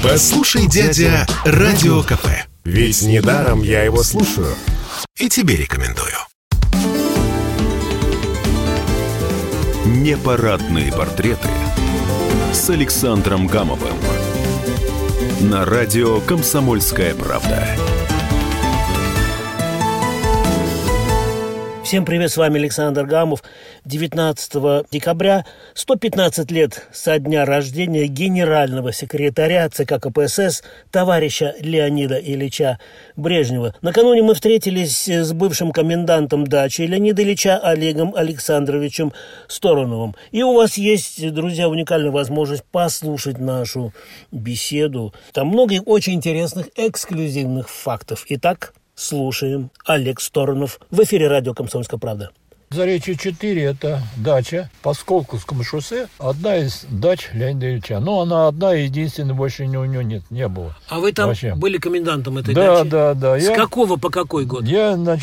Послушай, дядя, Радио КП. Ведь недаром я его слушаю. И тебе рекомендую. Непарадные портреты с Александром Гамовым на радио «Комсомольская правда». Всем привет, с вами Александр Гамов. 19 декабря 115 лет со дня рождения генерального секретаря ЦК КПСС товарища Леонида Ильича Брежнева. Накануне мы встретились с бывшим комендантом дачи Леонида Ильича Олегом Александровичем Стороновым. И у вас есть, друзья, уникальная возможность послушать нашу беседу. Там много очень интересных эксклюзивных фактов. Итак, слушаем. Олег Сторонов в эфире радио «Комсомольская правда». Заречье 4 – это дача по Сколковскому шоссе. Одна из дач Леонида Ильича. Но она одна и единственная, больше у него не было. А вы там вообще были комендантом этой дачи? Да. С какого по какой год? Я, с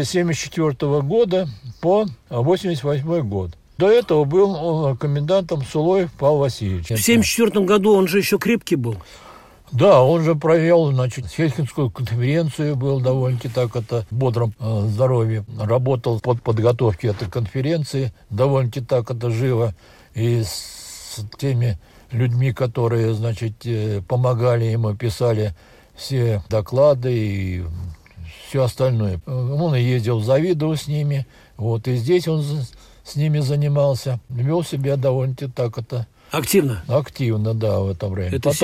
1974 года по 1988 год. До этого был комендантом Сулоев Павел Васильевич. В 1974 году он же еще крепкий был. Да, он же провел, Хельсинскую конференцию, был довольно-таки в бодром здоровье. Работал под подготовкой этой конференции, довольно-таки живо. И с теми людьми, которые, помогали ему, писали все доклады и все остальное. Он ездил в Завидово с ними, и здесь он с ними занимался. Вел себя довольно-таки Активно? Активно, да, в это время. Это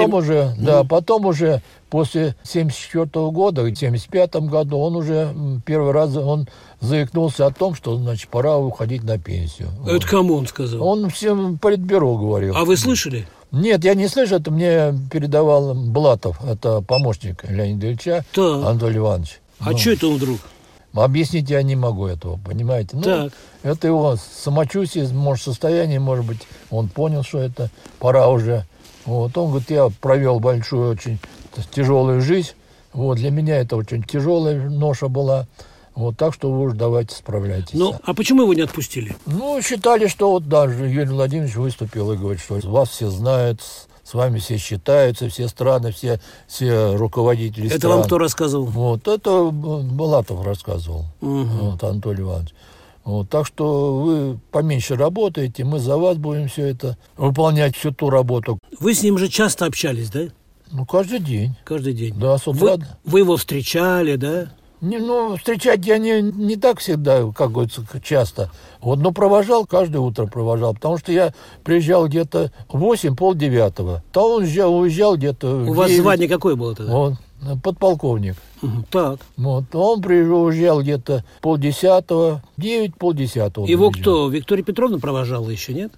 Потом уже после 1974 года, в 1975 году, он уже первый раз заикнулся о том, что, пора уходить на пенсию. Это кому он сказал? Он всем политбюро говорил. А вы слышали? Нет, я не слышу, это мне передавал Блатов, это помощник Леонида Ильича, Анатолий Иванович. А что это он вдруг? Объяснить я не могу этого, понимаете? Это его самочувствие, состояние, может быть, он понял, что это пора уже. Он говорит, я провел большую, очень тяжелую жизнь. Для меня это очень тяжелая ноша была. Так что вы уж давайте справляйтесь. А почему его не отпустили? Считали, что даже Юрий Владимирович выступил и говорит, что вас все знают, с вами все считаются, все страны, все руководители стран. Это вам кто рассказывал? Это Балатов рассказывал, Анатолий Иванович. Так что вы поменьше работаете, мы за вас будем все это выполнять, всю ту работу. Вы с ним же часто общались, да? Каждый день. Каждый день? Да, с утра. Вы его встречали, да? Встречать я не так всегда, как говорится, часто. Но провожал, каждое утро провожал, потому что я приезжал где-то в 8, полдевятого. То он уезжал где-то в 9. У вас звание какое было тогда? Подполковник. Так. Он уезжал где-то полдесятого, 9, полдесятого. Его кто? Виктория Петровна провожала еще, нет?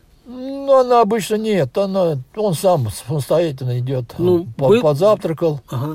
Она обычно нет. Он сам самостоятельно идет. Позавтракал.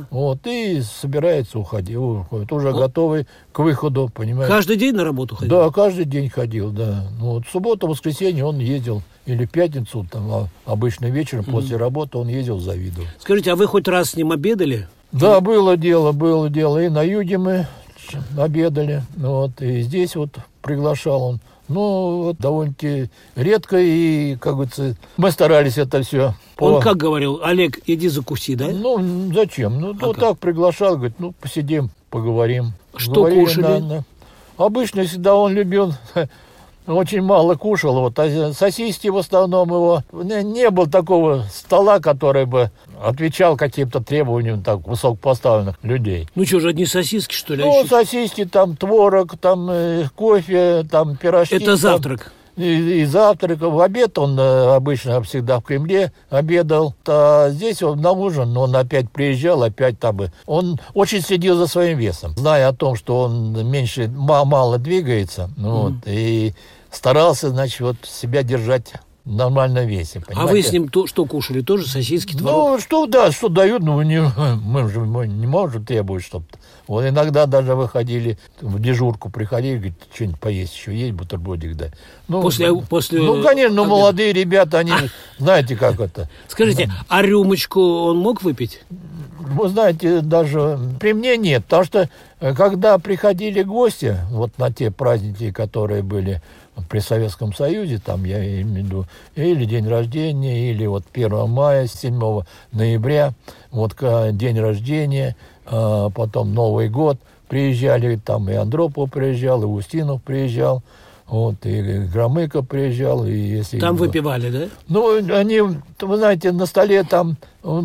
И собирается уходить. Уже готовый к выходу, понимаете. Каждый день на работу ходил? Да, каждый день ходил, да. В субботу, воскресенье он ездил. Или в пятницу, обычно вечером после работы он ездил в Завидово. Скажите, а вы хоть раз с ним обедали? Да, было дело. И на юге мы обедали. И здесь приглашал он. Довольно-таки редко, и, как говорится, мы старались это все. Он как говорил, Олег, иди закуси, да? Зачем? Так приглашал, говорит, посидим, поговорим. Что кушали? Обычно всегда он любил, очень мало кушал, а сосиски в основном его. Не было такого стола, который бы отвечал каким-то требованиям высокопоставленных людей. Что же, одни сосиски, что ли? Сосиски, творог, кофе, пирожки. Это завтрак? И завтрак. В обед он обычно всегда в Кремле обедал. А здесь он на ужин, он опять приезжал, Он очень следил за своим весом, зная о том, что он мало двигается, и старался, себя держать в нормальном весе. Понимаете? А вы с ним что кушали? Тоже сосиски, творог? Что дают, мы же не можем требовать, чтобы... иногда даже выходили, в дежурку приходили, говорят, что-нибудь поесть еще есть, бутербродик, да. После конечно, молодые ребята, они, знаете, как это. Скажите, а рюмочку он мог выпить? Вы знаете, даже при мне нет, потому что, когда приходили гости, на те праздники, которые были при Советском Союзе, там я имею в виду, или день рождения, или вот 1 мая, 7 ноября, вот день рождения, потом Новый год приезжали, там и Андропов приезжал, и Устинов приезжал, вот, и Громыко приезжал. И если там выпивали, да? Ну, они, вы знаете, на столе там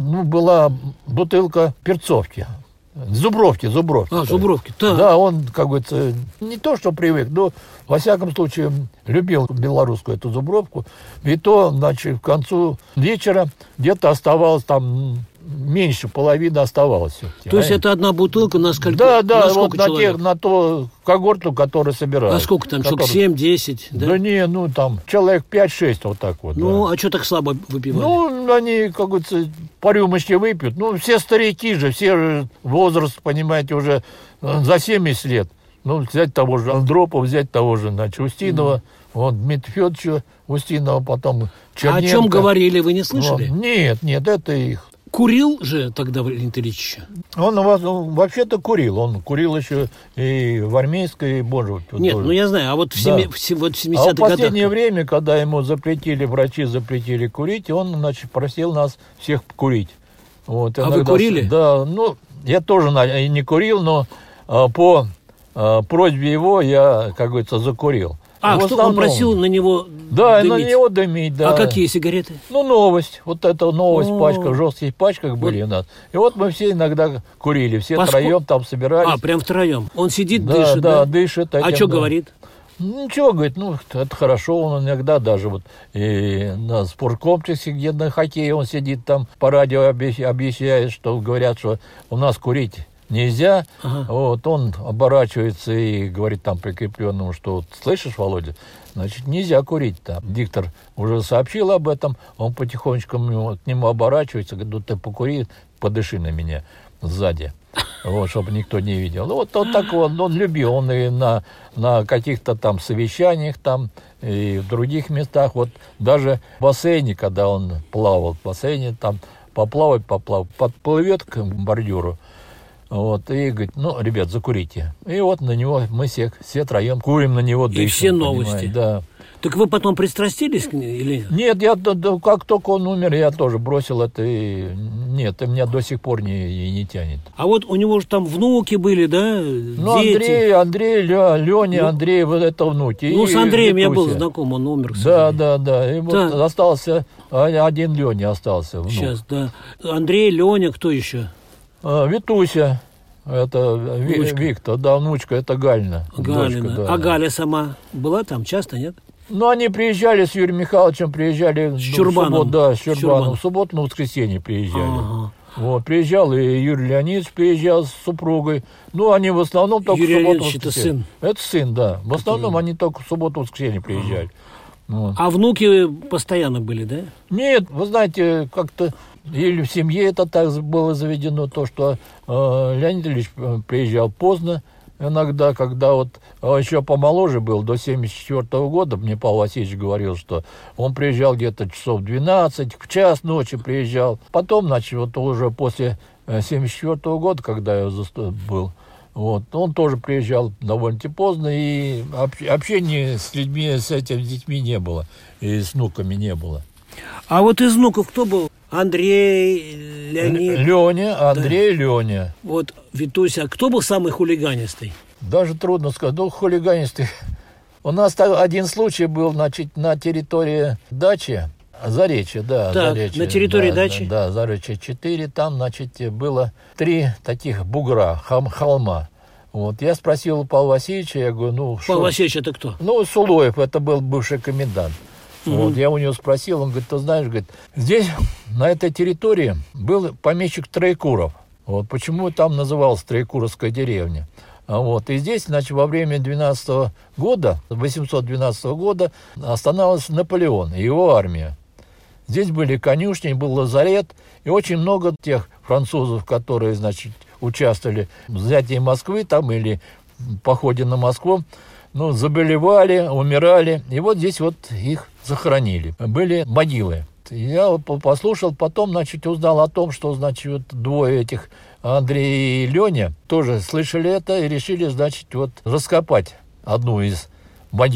была бутылка перцовки. Зубровки. Зубровки, да. Да, он, как говорится, не то, что привык, но, во всяком случае, любил белорусскую эту зубровку. И то, значит, к концу вечера где-то оставалось там, меньше половины оставалось. То есть это одна бутылка на сколько? Да, на вот на ту когорту, которую собирают. А сколько там, человек 7-10? Да не, там человек 5-6 вот так вот. Ну, да. А что так слабо выпивали? Ну, они, как говорится, по рюмочке выпьют. Ну, все старики же, все возраст, понимаете, уже за 70 лет. Ну, взять того же Андропова, взять того же, значит, Устинова, вот, Дмитрия Федоровича Устинова, потом Черненко. А о чем говорили, вы не слышали? Вот. Нет, это их. Курил же тогда Валентин Ильич? Он вообще-то курил. Он курил еще и в армейской, и боже. Нет, тоже. Ну я знаю, а вот в 70-х годах... А в последнее время, когда ему врачи запретили курить, он, значит, просил нас всех курить. Вот, а вы курили? Да, ну, я тоже не курил, но по просьбе его я, как говорится, закурил. А, кто он просил на него да, дымить? На него дымить, да. А какие сигареты? Ну, новость. Вот это новость в пачках, в жестких пачках были у нас. И вот мы все иногда курили, все втроем там собирались. А, прям втроем? Он сидит, да, дышит, да? Да, дышит. А что говорит? Ничего, говорит, это хорошо, он иногда даже вот и на спорткомплексе, где на хоккее он сидит, там по радио объясняет, что говорят, что у нас курить нельзя. Ага. Вот, он оборачивается и говорит там прикрепленному, что слышишь, Володя, значит, нельзя курить там. Диктор уже сообщил об этом, он потихонечку к нему оборачивается, говорит, ну ты покури, подыши на меня сзади. Вот, чтобы никто не видел. Вот так вот, он любил, он и на каких-то там совещаниях там, и в других местах, вот даже в бассейне, когда он плавал в бассейне, там поплавать, подплывет к бордюру, вот, и говорит, ребят, закурите. И вот на него мы все троем курим на него, дышим. И все новости. Понимаете? Да. Так вы потом пристрастились к ней или нет? Нет, я как только он умер, я тоже бросил это. И нет, и меня до сих пор не тянет. А вот у него же там внуки были, да? Ну, дети. Андрей, Леня, Андрей, вот это внуки. Ну, с Андреем я был знаком, он умер, к сожалению. Да. И вот остался, один Леня остался. Внук. Сейчас, да. Андрей, Леня, кто еще? Витуся. Это Виктор, да, внучка, это Галина. Галина. Дочка, да. А Галя сама была там часто, нет? Ну, они приезжали с Юрием Михайловичем, приезжали... С Чурбаном. С Чурбаном. В субботу, на воскресенье приезжали. Ага. Вот, приезжал и Юрий Леонидович приезжал с супругой. Ну, они в основном только Юрий в субботу, Леонидович, это сын? Это сын, да. В основном они только в субботу, воскресенье приезжали. Вот. А внуки постоянно были, да? Нет, вы знаете, как-то или в семье это так было заведено, то, что Леонид Ильич приезжал поздно, иногда, когда вот еще помоложе был, до 1974 года, мне Павел Васильевич говорил, что он приезжал где-то часов 12, в час ночи приезжал. Потом, значит, вот уже после 1974 года, когда я был, вот, он тоже приезжал довольно поздно, и общения с людьми, с этими детьми не было, и с внуками не было. А вот из внуков кто был? Андрей, Леонид? Леня, Андрей, да. Леня. Вот, Витуся, кто был самый хулиганистый? Даже трудно сказать. Хулиганистый. У нас один случай был, значит, на территории дачи, Заречье, да. Так, Заречье, на территории дачи? Да, Заречье 4, там, значит, было 3 таких бугра, холма. Вот, я спросил у Павла Васильевича, я говорю, Павел Васильевич, это кто? Сулоев, это был бывший комендант. Вот, я у него спросил, он говорит, ты знаешь, говорит, здесь, на этой территории, был помещик Троекуров. Вот, почему там называлась Троекуровская деревня. Вот, и здесь, значит, во время 812 года останавливался Наполеон и его армия. Здесь были конюшни, был лазарет, и очень много тех французов, которые, значит, участвовали в взятии Москвы там или в походе на Москву, заболевали, умирали, и вот здесь вот их захоронили. Были могилы. Я послушал, потом, значит, узнал о том, что, значит, вот двое этих, Андрей и Леня, тоже слышали это и решили, значит, вот раскопать одну из могил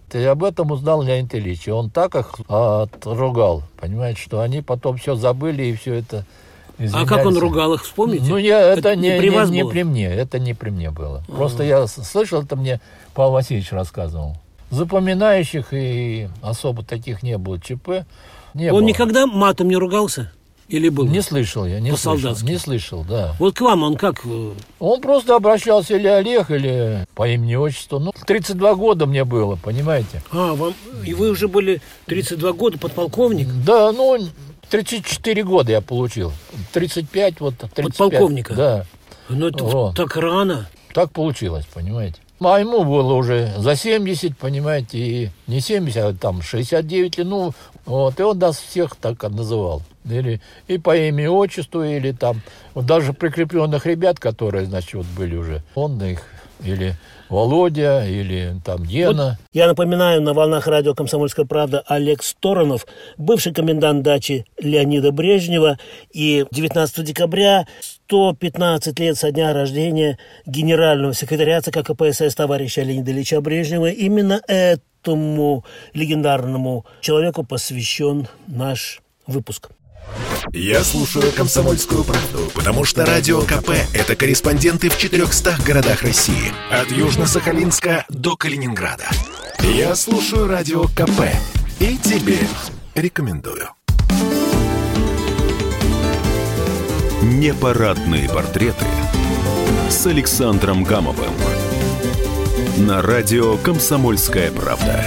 И об этом узнал Леонид Ильич. И он так их отругал, понимаете, что они потом все забыли и все это извинялись. А как он ругал их, вспомните? Ну, это не было? при мне, это не при мне было. Просто я слышал, это мне Павел Васильевич рассказывал. Запоминающих и особо таких не было ЧП. Он никогда матом не ругался? Или был? Не слышал я, не слышал, да. Вот к вам он как? Он просто обращался или Олег, или по имени-отчеству. 32 года мне было, понимаете? И вы уже были 32 года подполковник? Да, 34 года я получил. 35, 35. Подполковника? Да. Это так рано. Так получилось, понимаете? А ему было уже за 70, понимаете, и не 70, а 69 лет. И он нас всех так называл. Или и по имени-отчеству, или даже прикрепленных ребят, которые, были уже. Он их, или Володя, или Гена. Я напоминаю, на волнах радио «Комсомольская правда» Олег Сторонов, бывший комендант дачи Леонида Брежнева. И 19 декабря 115 лет со дня рождения генерального секретаря ЦК КПСС товарища Леонида Ильича Брежнева. Именно этому легендарному человеку посвящен наш выпуск. Я слушаю «Комсомольскую правду», потому что Радио КП – это корреспонденты в 400 городах России. От Южно-Сахалинска до Калининграда. Я слушаю Радио КП и тебе рекомендую. Непарадные портреты с Александром Гамовым на радио «Комсомольская правда».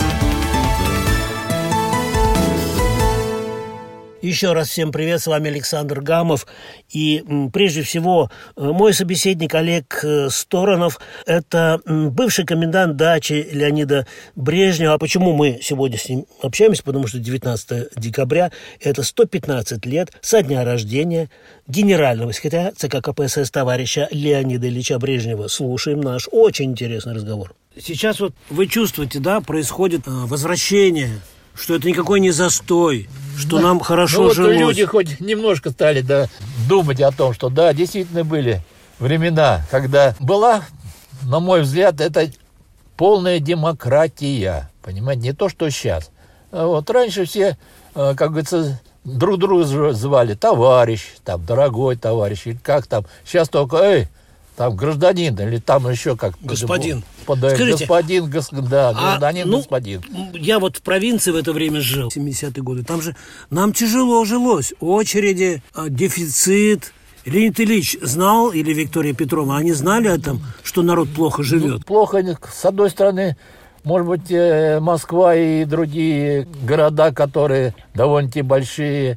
Еще раз всем привет, с вами Александр Гамов. И прежде всего мой собеседник Олег Сторонов – это бывший комендант дачи Леонида Брежнева. А почему мы сегодня с ним общаемся? Потому что 19 декабря – это 115 лет со дня рождения генерального секретаря ЦК КПСС товарища Леонида Ильича Брежнева. Слушаем наш очень интересный разговор. Сейчас вы чувствуете, происходит возвращение, что это никакой не застой, что нам хорошо жилось. Люди хоть немножко стали думать о том, что действительно были времена, когда была, на мой взгляд, это полная демократия. Понимаете, не то, что сейчас. Раньше все, как говорится, друг друга звали товарищ, дорогой товарищ, или как Сейчас только, гражданин, или еще как... Господин. Скажите, господин, гражданин, господин. Я в провинции в это время жил, 70-е годы. Там же нам тяжело жилось. Очереди, дефицит. Леонид Ильич знал, или Виктория Петровна, они знали о том, что народ плохо живет? Плохо, с одной стороны, может быть, Москва и другие города, которые довольно-таки большие,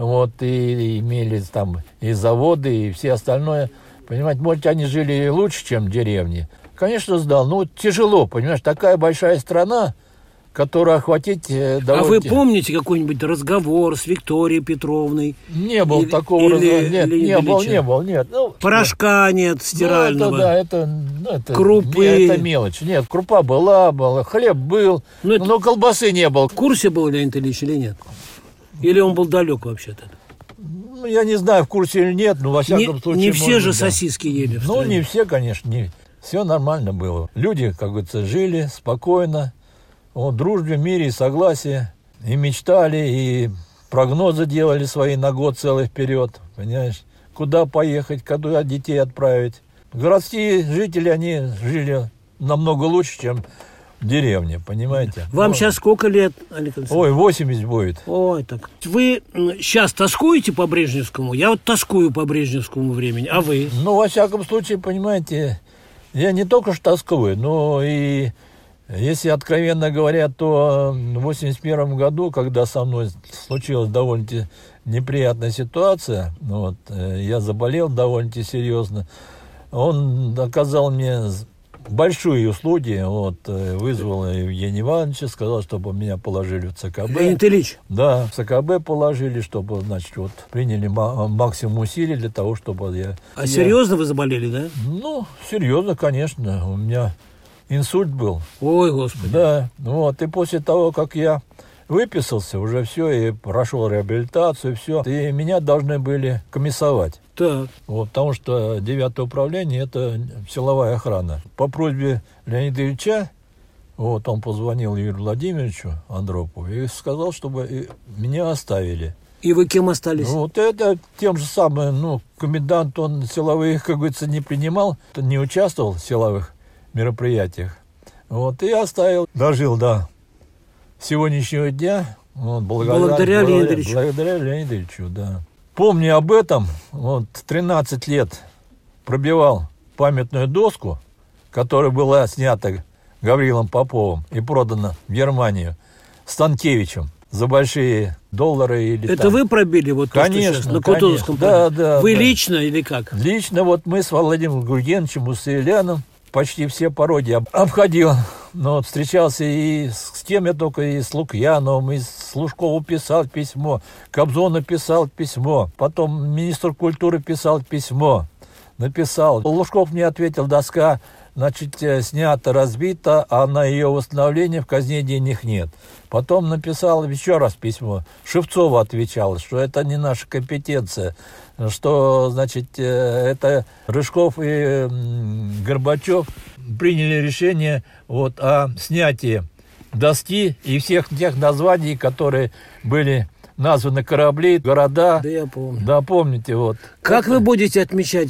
и имели и заводы, и все остальное. Понимаете, может, они жили лучше, чем в деревне. Конечно, знал. Тяжело, понимаешь, такая большая страна, которую охватить довольно... А вы помните какой-нибудь разговор с Викторией Петровной? Не было такого разговора. Не было, нет. Порошка нет стирального. Это крупы. Это мелочь. Нет, крупа была, хлеб был, но колбасы не было. В курсе был Леонид Ильич или нет? Или он был далек вообще-то? Я не знаю, в курсе или нет, но во всяком случае... Не все же сосиски ели в стране. Не все, конечно, все нормально было. Люди, как говорится, жили спокойно, в дружбе, мире и согласии. И мечтали, и прогнозы делали свои на год целый вперед, понимаешь? Куда поехать, куда детей отправить. Городские жители, они жили намного лучше, чем в деревне, понимаете? Вам сейчас сколько лет, Александр? 80 будет. Так. Вы сейчас тоскуете по Брежневскому? Я тоскую по Брежневскому времени, а вы? Во всяком случае, понимаете, я не только что тоскую, но и, если откровенно говоря, то в 81 году, когда со мной случилась довольно неприятная ситуация, я заболел довольно серьезно, он оказал мне большие услуги, вызвал Евгения Ивановича, сказал, чтобы меня положили в ЦКБ. Леонид Ильич? Да, в ЦКБ положили, чтобы, приняли максимум усилий для того, чтобы я... серьезно вы заболели, да? Серьезно, конечно. У меня инсульт был. Ой, Господи. Да, и после того, как я выписался, уже все, и прошел реабилитацию, все, и меня должны были комиссовать. Так. Потому что 9-е управление – это силовая охрана. По просьбе Леонида Ильича Вот он позвонил Юрию Владимировичу Андропову и сказал, чтобы меня оставили. И вы кем остались? Вот это тем же самым, комендант, он силовых, как говорится, не принимал, не участвовал в силовых мероприятиях. Вот, и оставил, дожил до сегодняшнего дня. Вот, благодаря Леониду Ильичу. Благодаря Леониду Ильичу, да. Помню об этом, 13 лет пробивал памятную доску, которая была снята Гаврилом Поповым и продана в Германию Станкевичем за большие доллары или это там. Вы пробили вот то, конечно, что сейчас на Кутузовском? Да. Вы лично или как? Лично мы с Владимиром Гургеновичем Усыляном почти все пародии обходил. Но встречался и с кем я только, и с Лукьяновым, и с Лужкову писал письмо, Кобзону писал письмо, потом министр культуры писал письмо, написал. Лужков мне ответил: доска, снята, разбита, а на ее восстановление в казне денег нет. Потом написал еще раз письмо. Шевцова отвечал, что это не наша компетенция, что, это Рыжков и Горбачев приняли решение о снятии доски и всех тех названий, которые были названы корабли, города. Да, я помню. Да, помните, Как вы будете отмечать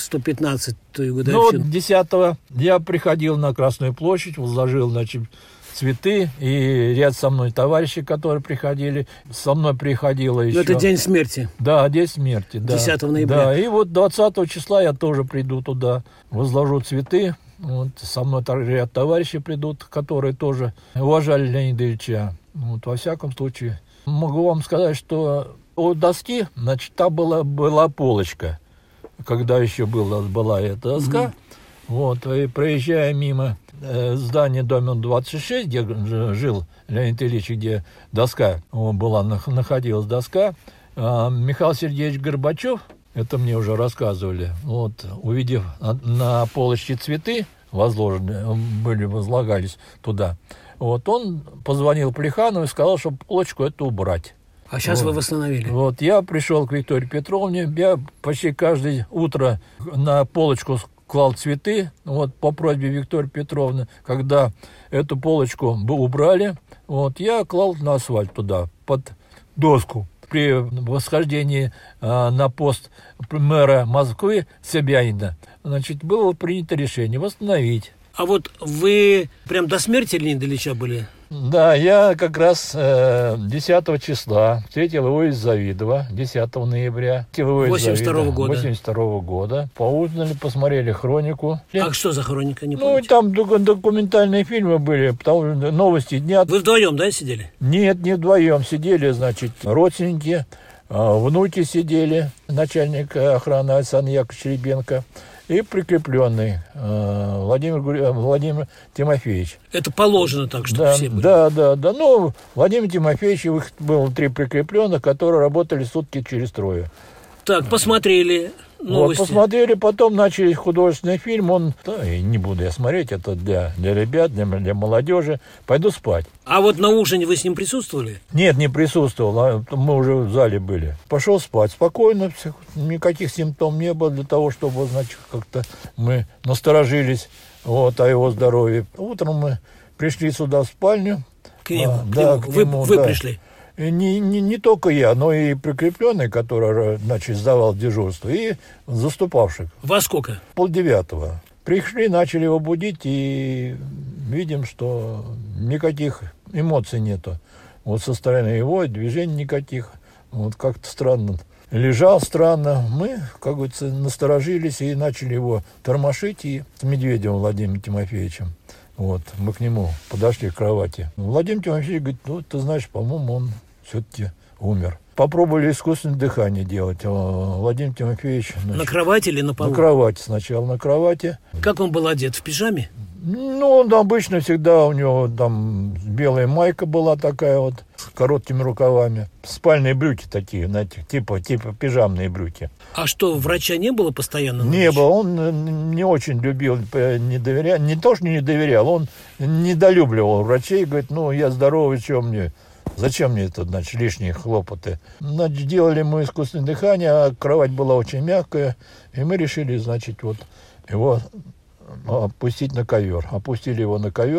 115-ю годовщину? 10-го я приходил на Красную площадь, возложил, цветы, и ряд со мной товарищей, которые приходили. Со мной приходило еще... Это день смерти. Да, день смерти, да. 10 ноября. Да, и 20 числа я тоже приду туда, возложу цветы. Со мной ряд товарищей придут, которые тоже уважали Леонида Ильича. Во всяком случае, могу вам сказать, что у доски, там была полочка, когда еще была эта доска. И проезжая мимо здания дома 26, где жил Леонид Ильич, где доска находилась доска, Михаил Сергеевич Горбачев, это мне уже рассказывали, увидев на полочке цветы возлагались туда, он позвонил Плеханову и сказал, что полочку эту убрать. А сейчас вы восстановили? Я пришел к Виктории Петровне, я почти каждое утро на полочку клал цветы, по просьбе Виктории Петровны. Когда эту полочку убрали, я клал на асфальт туда, под доску. При восхождении на пост мэра Москвы Собянина, было принято решение восстановить. А вы прям до смерти Леонида Ильича были? Да, я как раз 10 числа встретил его из Завидова, 10 ноября. 82 года. Поужинали, посмотрели хронику. А что за хроника, не помните? Там документальные фильмы были, потому что новости дня. Вы вдвоем, да, сидели? Нет, не вдвоем. Сидели, родственники, внуки сидели, начальник охраны Александр Яковлевич Ребенко. И прикрепленный Владимир Тимофеевич. Это положено так, чтобы все были? Да. Владимир Тимофеевич, их было 3 прикрепленных, которые работали сутки через трое. Так, посмотрели новости. Посмотрели, потом начали художественный фильм. И не буду я смотреть, это для ребят, для молодежи. Пойду спать. А на ужине вы с ним присутствовали? Нет, не присутствовал, мы уже в зале были. Пошел спать спокойно, никаких симптомов не было для того, чтобы, как-то мы насторожились о его здоровье. Утром мы пришли сюда в спальню. К нему? Вы пришли? И не только я, но и прикрепленный, который, сдавал дежурство, и заступавший. Во сколько? 8:30. Пришли, начали его будить, и видим, что никаких эмоций нету. Со стороны его движений никаких. Как-то странно. Лежал странно. Мы, как говорится, насторожились и начали его тормошить, и с Медведевым Владимиром Тимофеевичем. Мы к нему подошли к кровати. Владимир Тимофеевич говорит, ты знаешь, по-моему, он все-таки умер. Попробовали искусственное дыхание делать. Владимир Тимофеевич... На кровати или на полу? На кровати. Сначала на кровати. Как он был одет? В пижаме? Он обычно всегда, у него там белая майка была такая с короткими рукавами. Спальные брюки такие, типа пижамные брюки. А что, врача не было постоянно? Не было, он не очень любил, не доверял. Не то, что не доверял, он недолюбливал врачей. Говорит, я здоровый, зачем мне это, лишние хлопоты. Делали мы искусственное дыхание, а кровать была очень мягкая. И мы решили, его опустить на ковер. Опустили его на ковер.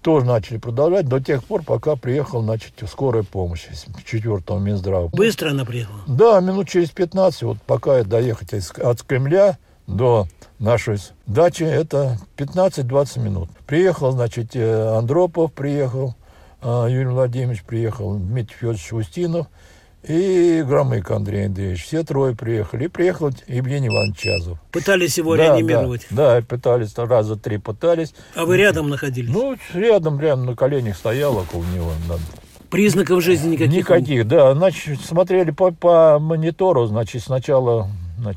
тоже начали продолжать до тех пор, пока приехала, значит, скорая помощь из 4-го Минздрава. Быстро она приехала? Да, минут через 15, вот пока доехать от Кремля до нашей дачи, это 15-20 минут. Приехал, значит, Андропов приехал, Юрий Владимирович приехал, Дмитрий Федорович Устинов и Громык Андрей Андреевич. Все трое приехали. И приехал Евгений Иванович Чазов. Пытались его реанимировать? Да, пытались, раза 3 пытались. А вы рядом находились? Ну, рядом, прямо на коленях стоял около него. Признаков жизни никаких? Никаких, да. Значит, смотрели по монитору, значит, сначала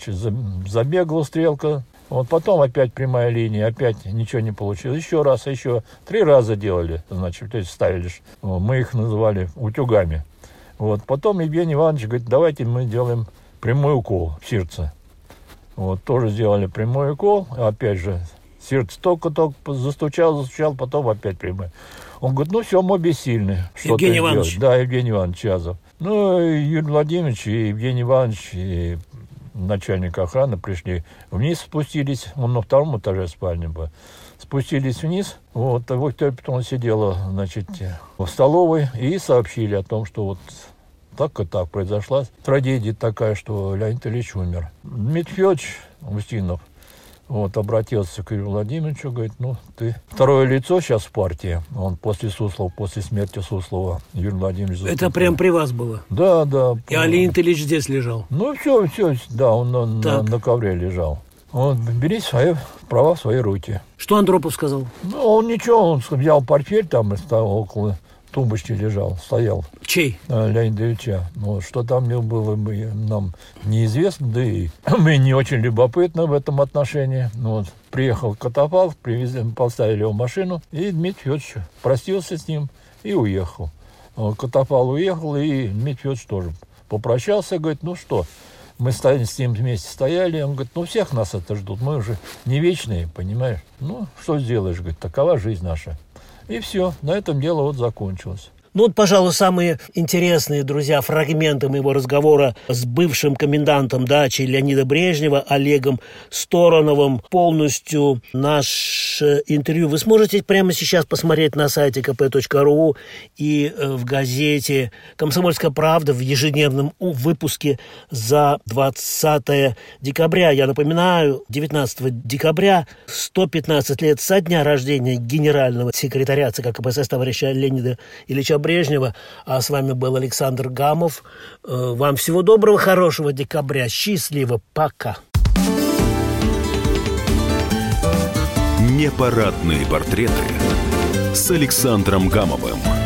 забегала стрелка, вот потом опять прямая линия, опять ничего не получилось. Еще раз, еще 3 раза делали, значит, ставили, мы их называли утюгами. Вот, потом Евгений Иванович говорит, давайте мы делаем прямой укол в сердце. Вот, тоже сделали прямой укол, опять же, сердце только-только застучало, потом опять прямой. Он говорит, ну все, мы бессильны. Евгений Иванович? Да, Евгений Иванович Чазов. Ну, Юрий Владимирович и Евгений Иванович, и начальник охраны пришли. Вниз спустились, он на 2-м этаже спальни был. Спустились вниз, вот, Виктория Петровна сидела, значит, в столовой, и сообщили о том, что вот так и так произошла трагедия такая, что Леонид Ильич умер. Дмитрий Федорович Устинов вот, обратился к Юрию Владимировичу, говорит, ну, ты второе лицо сейчас в партии. Он после смерти Суслова, Юрий Владимирович. Это прям при вас было? Да. И Леонид Ильич здесь лежал? Ну, все, да, он на ковре лежал. Он бери свои права в свои руки. Что Андропов сказал? Ну, он ничего, он взял портфель, там около тумбочки лежал, стоял. Чей? Леонида Ильича. Вот, что там было, нам неизвестно, да и мы не очень любопытны в этом отношении. Вот, приехал Катафал, поставили его в машину, и Дмитрий Федорович простился с ним и уехал. Катафал уехал, и Дмитрий Федорович тоже попрощался, говорит, ну что, мы с ним вместе стояли, он говорит, ну всех нас это ждут, мы уже не вечные, понимаешь? Ну, что сделаешь, говорит, такова жизнь наша. И все, на этом дело вот закончилось. Ну вот, пожалуй, самые интересные, друзья, фрагменты моего разговора с бывшим комендантом дачи Леонида Брежнева Олегом Стороновым. Полностью наше интервью вы сможете прямо сейчас посмотреть на сайте kp.ru и в газете «Комсомольская правда» в ежедневном выпуске за 20 декабря. Я напоминаю, 19 декабря 115 лет со дня рождения генерального секретаря ЦК КПСС товарища Леонида Ильича Брежнева. А с вами был Александр Гамов. Вам всего доброго, хорошего декабря. Счастливо. Пока. Непарадные портреты с Александром Гамовым.